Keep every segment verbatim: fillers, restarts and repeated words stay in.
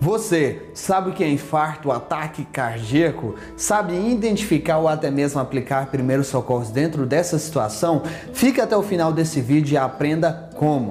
Você sabe o que é infarto, ataque cardíaco? Sabe identificar ou até mesmo aplicar primeiros socorros dentro dessa situação? Fique até o final desse vídeo e aprenda como.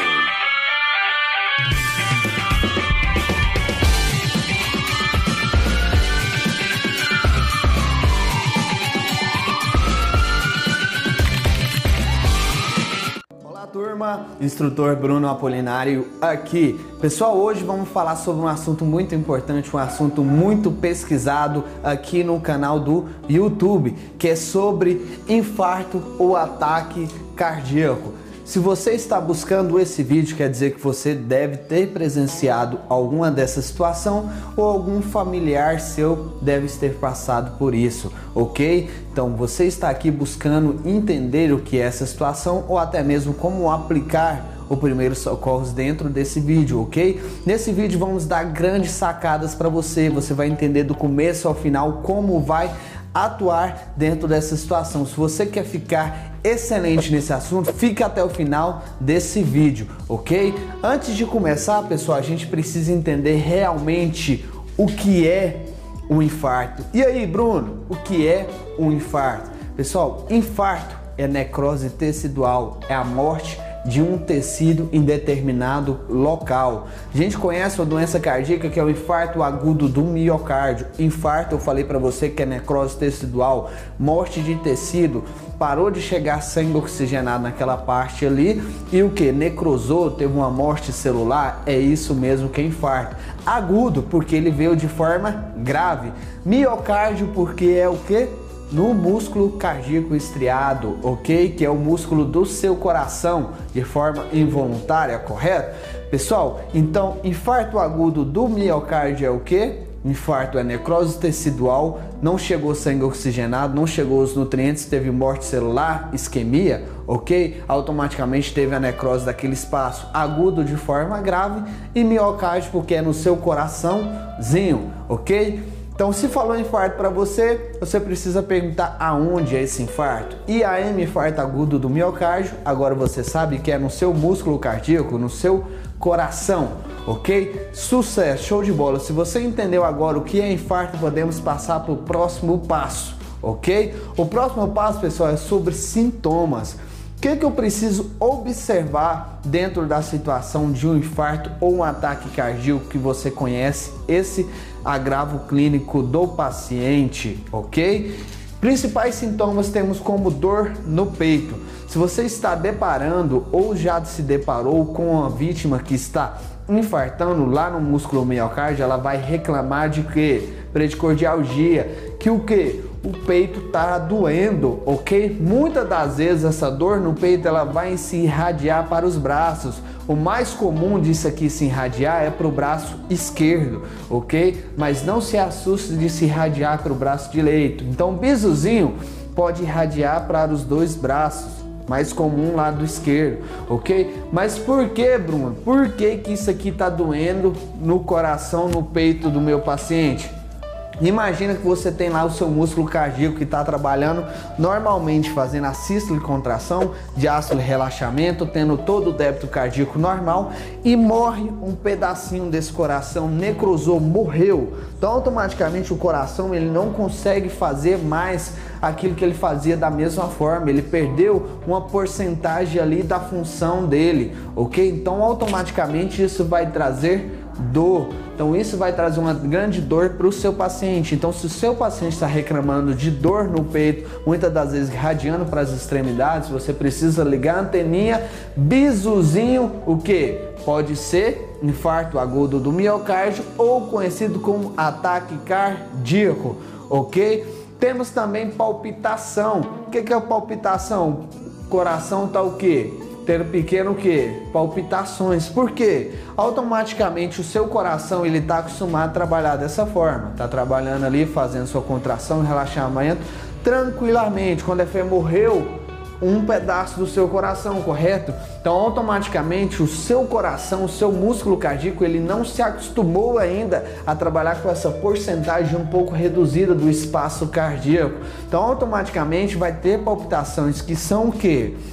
Turma, instrutor Bruno Apolinário aqui. Pessoal, hoje vamos falar sobre um assunto muito importante, um assunto muito pesquisado aqui no canal do YouTube, que é sobre infarto ou ataque cardíaco. Se você está buscando esse vídeo, quer dizer que você deve ter presenciado alguma dessa situação ou algum familiar seu deve ter passado por isso, ok? Então você está aqui buscando entender o que é essa situação ou até mesmo como aplicar o primeiro socorros dentro desse vídeo, ok? Nesse vídeo vamos dar grandes sacadas para você, você vai entender do começo ao final como vai atuar dentro dessa situação. Se você quer ficar excelente nesse assunto, fica até o final desse vídeo, ok? Antes de começar, pessoal, a gente precisa entender realmente o que é um infarto. E aí, Bruno, o que é um infarto? Pessoal, infarto é necrose tecidual, é a morte de um tecido em determinado local. A gente conhece a doença cardíaca, que é o infarto agudo do miocárdio. Infarto, eu falei para você que é necrose tecidual, morte de tecido, parou de chegar sangue oxigenado naquela parte ali e o que? Necrosou, teve uma morte celular, é isso mesmo que é infarto. Agudo, porque ele veio de forma grave. Miocárdio, porque é o que? No músculo cardíaco estriado, ok? Que é o músculo do seu coração, de forma involuntária, correto? Pessoal, então, infarto agudo do miocárdio é o que? Infarto é necrose tecidual, não chegou sangue oxigenado, não chegou os nutrientes, teve morte celular, isquemia, ok? Automaticamente teve a necrose daquele espaço agudo de forma grave, e miocárdio porque é no seu coraçãozinho, ok? Então, se falou infarto para você, você precisa perguntar aonde é esse infarto. I A M, infarto agudo do miocárdio, agora você sabe que é no seu músculo cardíaco, no seu coração, ok? Sucesso, show de bola. Se você entendeu agora o que é infarto, podemos passar para o próximo passo, ok? O próximo passo, pessoal, é sobre sintomas. O que, que eu preciso observar dentro da situação de um infarto ou um ataque cardíaco que você conhece esse agravo clínico do paciente, ok? Principais sintomas temos como dor no peito. Se você está deparando ou já se deparou com uma vítima que está infartando lá no músculo miocárdio, ela vai reclamar de que? Bradicardialgia, que o que? O peito tá doendo, ok? Muitas das vezes essa dor no peito ela vai se irradiar para os braços. O mais comum disso aqui se irradiar é para o braço esquerdo, ok? Mas não se assuste de se irradiar para o braço direito. Então, o bizuzinho pode irradiar para os dois braços, mais comum lado esquerdo, ok? Mas por que, Bruno? Por que que isso aqui tá doendo no coração, no peito do meu paciente? Imagina que você tem lá o seu músculo cardíaco que está trabalhando normalmente, fazendo a sístole e contração, diástole e relaxamento, tendo todo o débito cardíaco normal e morre um pedacinho desse coração, necrosou, morreu. Então automaticamente o coração ele não consegue fazer mais aquilo que ele fazia da mesma forma, ele perdeu uma porcentagem ali da função dele, ok? Então automaticamente isso vai trazer dor. Então isso vai trazer uma grande dor para o seu paciente. Então se o seu paciente está reclamando de dor no peito, muitas das vezes irradiando para as extremidades, você precisa ligar a anteninha, bizuzinho, o que? Pode ser infarto agudo do miocárdio ou conhecido como ataque cardíaco, ok? Temos também palpitação. O que que é palpitação? O coração está o que? Ter pequeno o que? Palpitações. Por quê? Automaticamente o seu coração ele está acostumado a trabalhar dessa forma. Está trabalhando ali, fazendo sua contração e relaxamento tranquilamente. Quando a fé morreu, um pedaço do seu coração, correto? Então automaticamente o seu coração, o seu músculo cardíaco, ele não se acostumou ainda a trabalhar com essa porcentagem um pouco reduzida do espaço cardíaco. Então automaticamente vai ter palpitações que são o quê?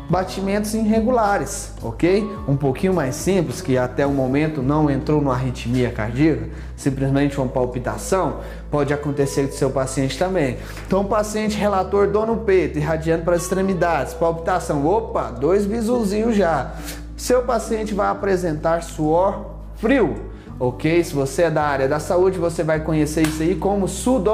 batimentos irregulares, ok? Um pouquinho mais simples, que até o momento não entrou numa arritmia cardíaca, simplesmente uma palpitação, pode acontecer com o seu paciente também. Então, o paciente relator dor no peito, irradiando para as extremidades, palpitação, opa, dois bizuzinhos já. Seu paciente vai apresentar suor frio, ok? Se você é da área da saúde, você vai conhecer isso aí como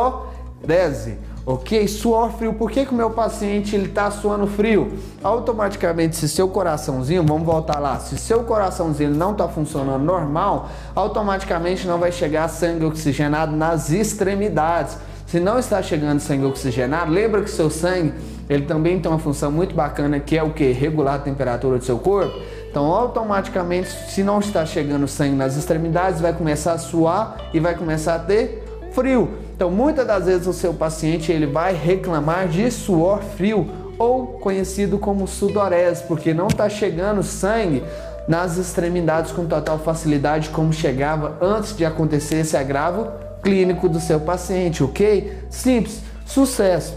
sudorese. Ok? Suor frio. Por que que o meu paciente ele tá suando frio? Automaticamente, se seu coraçãozinho, vamos voltar lá, se seu coraçãozinho não está funcionando normal, automaticamente não vai chegar sangue oxigenado nas extremidades. Se não está chegando sangue oxigenado, lembra que seu sangue, ele também tem uma função muito bacana, que é o que? Regular a temperatura do seu corpo. Então, automaticamente, se não está chegando sangue nas extremidades, vai começar a suar e vai começar a ter frio. Então, muitas das vezes o seu paciente ele vai reclamar de suor frio, ou conhecido como sudorese, porque não está chegando sangue nas extremidades com total facilidade como chegava antes de acontecer esse agravo clínico do seu paciente, ok? Simples, sucesso.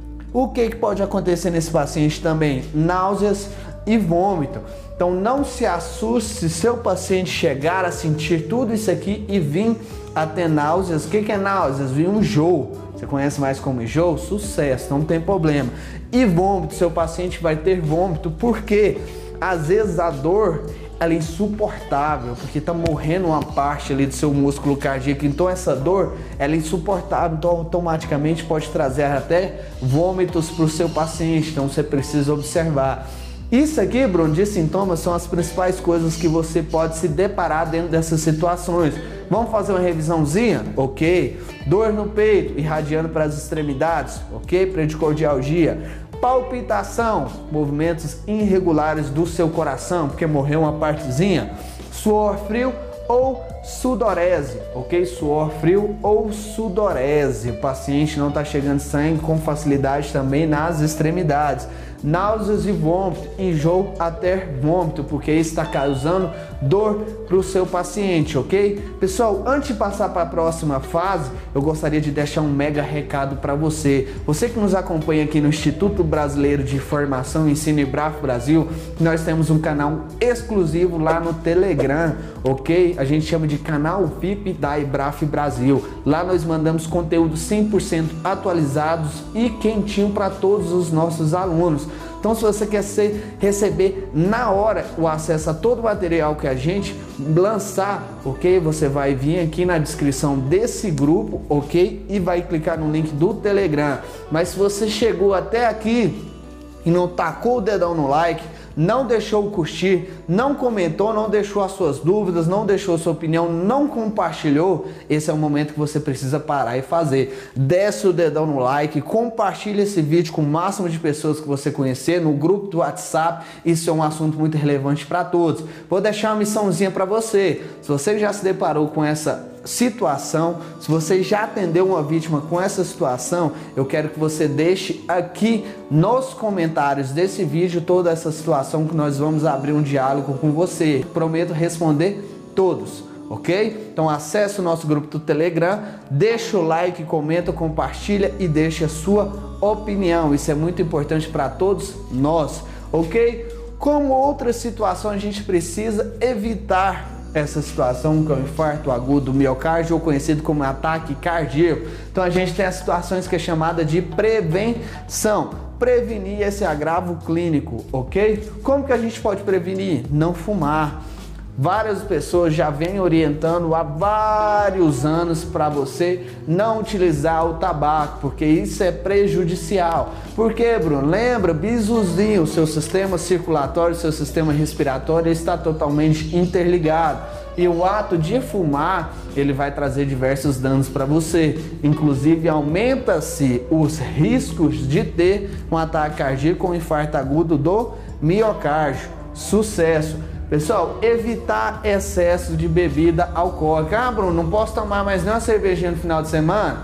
O que, que pode acontecer nesse paciente também? Náuseas e vômito. Então, não se assuste se seu paciente chegar a sentir tudo isso aqui e vir a ter náuseas. O que, que é náuseas? Vir um enjoo. Você conhece mais como enjoo? Sucesso, não tem problema. E vômito, seu paciente vai ter vômito, porque às vezes a dor ela é insuportável, porque está morrendo uma parte ali do seu músculo cardíaco, então essa dor ela é insuportável, então automaticamente pode trazer até vômitos para o seu paciente, então você precisa observar. Isso aqui, Bruno, de sintomas são as principais coisas que você pode se deparar dentro dessas situações. Vamos fazer uma revisãozinha? Ok. Dor no peito, irradiando para as extremidades, ok? Predicardialgia. Palpitação, movimentos irregulares do seu coração, porque morreu uma partezinha. Suor frio ou sudorese, ok? Suor frio ou sudorese. O paciente não está chegando sangue com facilidade também nas extremidades. Náuseas e vômito, enjoo até vômito, porque isso está causando dor para o seu paciente, ok? Pessoal, antes de passar para a próxima fase, eu gostaria de deixar um mega recado para você. Você que nos acompanha aqui no Instituto Brasileiro de Formação e Ensino IBRAF Brasil, nós temos um canal exclusivo lá no Telegram, ok? A gente chama de canal V I P da IBRAF Brasil. Lá nós mandamos conteúdo cem por cento atualizados e quentinho para todos os nossos alunos. Então, se você quer ser, receber na hora o acesso a todo o material que a gente lançar, ok? Você vai vir aqui na descrição desse grupo, ok? E vai clicar no link do Telegram. Mas se você chegou até aqui e não tacou o dedão no like, não deixou o curtir, não comentou, não deixou as suas dúvidas, não deixou sua opinião, não compartilhou, esse é o momento que você precisa parar e fazer. Desce o dedão no like, compartilha esse vídeo com o máximo de pessoas que você conhecer no grupo do WhatsApp, isso é um assunto muito relevante para todos. Vou deixar uma missãozinha para você. Se você já se deparou com essa situação, se você já atendeu uma vítima com essa situação, eu quero que você deixe aqui nos comentários desse vídeo toda essa situação, que nós vamos abrir um diálogo com você. Prometo responder todos, ok? Então acesse o nosso grupo do Telegram, deixa o like, comenta, compartilha e deixa a sua opinião. Isso é muito importante para todos nós, ok? Como outra situação, a gente precisa evitar essa situação, que é o infarto agudo do miocárdio, ou conhecido como ataque cardíaco. Então a gente tem as situações que é chamada de prevenção, prevenir esse agravo clínico, ok? Como que a gente pode prevenir? Não fumar. Várias pessoas já vêm orientando há vários anos para você não utilizar o tabaco, porque isso é prejudicial. Por quê, Bruno? Lembra, bizuzinho, o seu sistema circulatório, o seu sistema respiratório está totalmente interligado. E o ato de fumar, ele vai trazer diversos danos para você. Inclusive, aumenta-se os riscos de ter um ataque cardíaco ou um infarto agudo do miocárdio. Sucesso! Pessoal, evitar excesso de bebida alcoólica. Ah, Bruno, não posso tomar mais nem uma cervejinha no final de semana?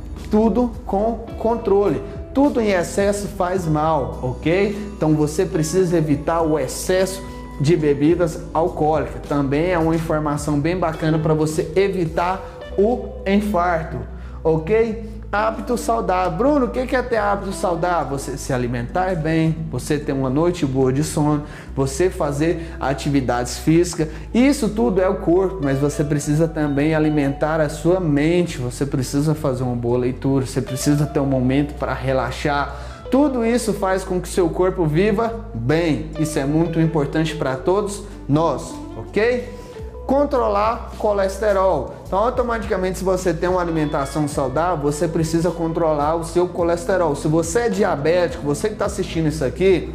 Tudo com controle. Tudo em excesso faz mal, ok? Então você precisa evitar o excesso de bebidas alcoólicas. Também é uma informação bem bacana para você evitar o infarto, ok? hábito saudável. Bruno, o que é ter hábito saudável? Você se alimentar bem, você ter uma noite boa de sono, você fazer atividades físicas. Isso tudo é o corpo, mas você precisa também alimentar a sua mente. Você precisa fazer uma boa leitura, você precisa ter um momento para relaxar. Tudo isso faz com que seu corpo viva bem. Isso é muito importante para todos nós, ok? Controlar colesterol. Então, automaticamente, se você tem uma alimentação saudável, você precisa controlar o seu colesterol. Se você é diabético, você que está assistindo isso aqui,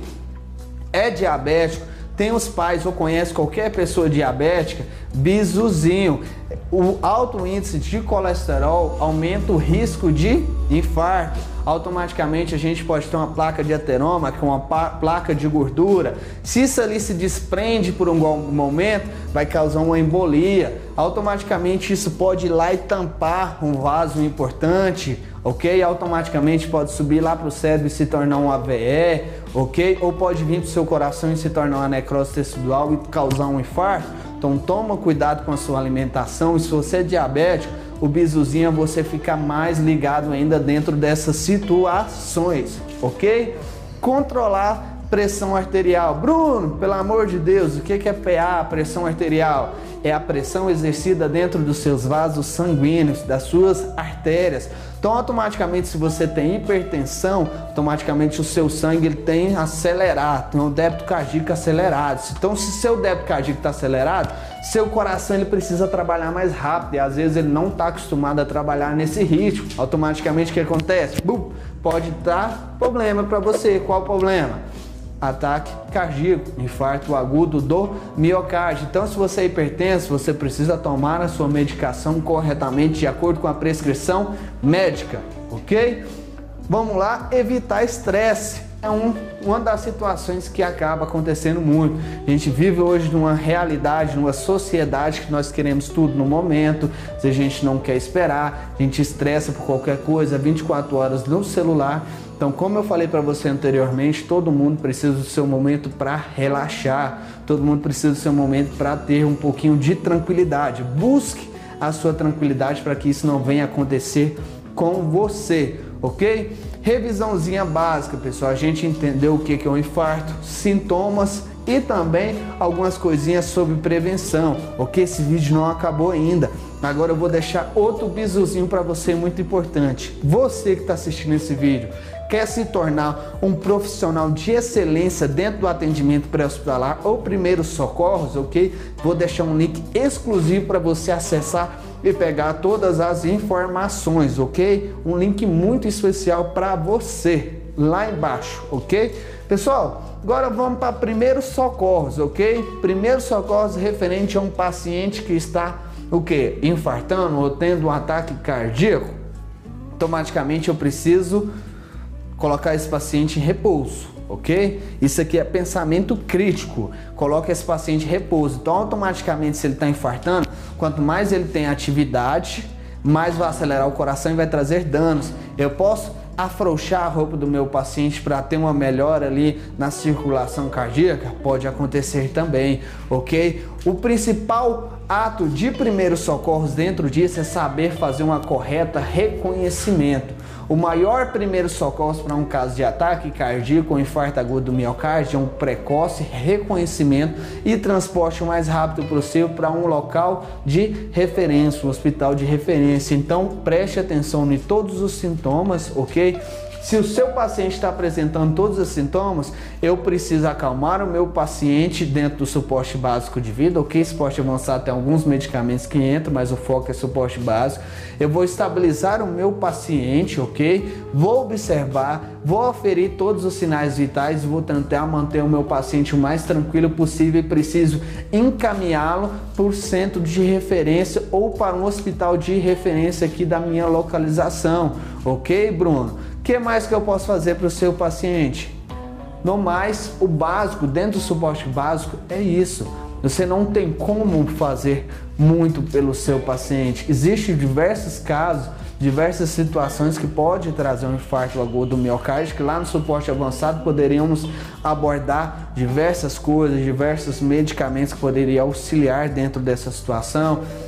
é diabético, tem os pais ou conhece qualquer pessoa diabética, bisuzinho. O alto índice de colesterol aumenta o risco de infarto. Automaticamente a gente pode ter uma placa de ateroma, que é uma placa de gordura. Se isso ali se desprende por um momento, vai causar uma embolia. Automaticamente isso pode ir lá e tampar um vaso importante, ok? Automaticamente pode subir lá para o cérebro e se tornar um A V E, ok? Ou pode vir para o seu coração e se tornar uma necrose tecidual e causar um infarto. Então toma cuidado com a sua alimentação. E se você é diabético, o bisuzinho é você ficar mais ligado ainda dentro dessas situações, ok? Controlar pressão arterial. Bruno, pelo amor de Deus, o que é P A, pressão arterial? É a pressão exercida dentro dos seus vasos sanguíneos, das suas artérias. Então, automaticamente, se você tem hipertensão, automaticamente o seu sangue ele tem acelerado, tem um débito cardíaco acelerado. Então, se seu débito cardíaco está acelerado, seu coração ele precisa trabalhar mais rápido e às vezes ele não está acostumado a trabalhar nesse ritmo. Automaticamente, o que acontece? Bum, pode dar problema para você. Qual o problema? Ataque cardíaco, infarto agudo do miocárdio. Então, se você é hipertenso, você precisa tomar a sua medicação corretamente de acordo com a prescrição médica, ok? Vamos lá, evitar estresse. É um, uma das situações que acaba acontecendo muito. A gente vive hoje numa realidade, numa sociedade que nós queremos tudo no momento. Se a gente não quer esperar, a gente estressa por qualquer coisa, vinte e quatro horas no celular. Então, como eu falei para você anteriormente, todo mundo precisa do seu momento para relaxar, todo mundo precisa do seu momento para ter um pouquinho de tranquilidade. Busque a sua tranquilidade para que isso não venha acontecer com você, ok? Revisãozinha básica, pessoal. A gente entendeu o que é um infarto, sintomas e também algumas coisinhas sobre prevenção, ok? Esse vídeo não acabou ainda. Agora eu vou deixar outro bisuzinho para você muito importante. Você que está assistindo esse vídeo, quer se tornar um profissional de excelência dentro do atendimento pré-hospitalar ou primeiros socorros, ok? Vou deixar um link exclusivo para você acessar e pegar todas as informações, ok? Um link muito especial para você lá embaixo, ok? Pessoal, agora vamos para primeiros socorros, ok? Primeiros socorros referente a um paciente que está o que? Infartando ou tendo um ataque cardíaco. Automaticamente eu preciso colocar esse paciente em repouso, ok? Isso aqui é pensamento crítico. Coloca esse paciente em repouso. Então, automaticamente, se ele está infartando, quanto mais ele tem atividade, mais vai acelerar o coração e vai trazer danos. Eu posso afrouxar a roupa do meu paciente para ter uma melhora ali na circulação cardíaca? Pode acontecer também, ok? O principal ato de primeiros socorros dentro disso é saber fazer uma correta reconhecimento. O maior primeiro socorro para um caso de ataque cardíaco ou infarto agudo do miocárdio é um precoce reconhecimento e transporte o mais rápido possível para um local de referência, um hospital de referência. Então preste atenção em todos os sintomas, ok? Se o seu paciente está apresentando todos os sintomas, eu preciso acalmar o meu paciente dentro do suporte básico de vida, ok? Suporte avançado tem alguns medicamentos que entram, mas o foco é suporte básico. Eu vou estabilizar o meu paciente, ok? Vou observar, vou aferir todos os sinais vitais e vou tentar manter o meu paciente o mais tranquilo possível e preciso encaminhá-lo para o centro de referência ou para um hospital de referência aqui da minha localização, ok, Bruno? O que mais que eu posso fazer para o seu paciente? No mais, o básico, dentro do suporte básico, é isso. Você não tem como fazer muito pelo seu paciente. Existem diversos casos, diversas situações que pode trazer um infarto agudo do miocárdio, que lá no suporte avançado poderíamos abordar diversas coisas, diversos medicamentos que poderiam auxiliar dentro dessa situação.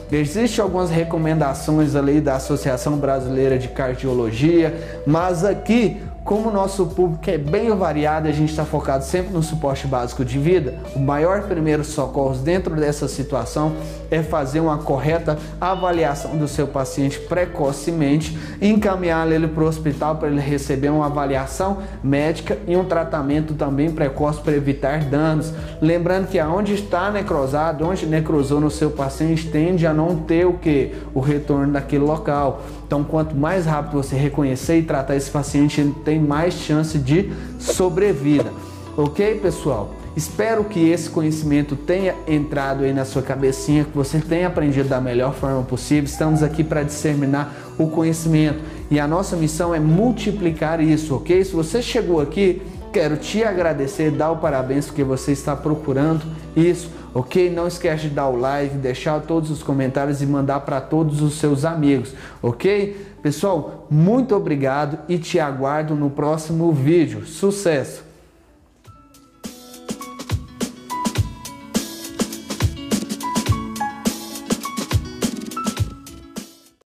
Existem algumas recomendações ali da Associação Brasileira de Cardiologia, mas aqui, como o nosso público é bem variado, a gente está focado sempre no suporte básico de vida, o maior primeiro socorro dentro dessa situação é fazer uma correta avaliação do seu paciente precocemente e encaminhar ele para o hospital para ele receber uma avaliação médica e um tratamento também precoce para evitar danos. Lembrando que aonde está necrosado, onde necrosou no seu paciente, tende a não ter o que? O retorno daquele local. Então, quanto mais rápido você reconhecer e tratar esse paciente, ele tem mais chance de sobrevida. Ok, pessoal? Espero que esse conhecimento tenha entrado aí na sua cabecinha, que você tenha aprendido da melhor forma possível. Estamos aqui para disseminar o conhecimento e a nossa missão é multiplicar isso, ok? Se você chegou aqui, quero te agradecer, dar o parabéns porque você está procurando isso, ok? Não esquece de dar o like, deixar todos os comentários e mandar para todos os seus amigos, ok? Pessoal, muito obrigado e te aguardo no próximo vídeo. Sucesso!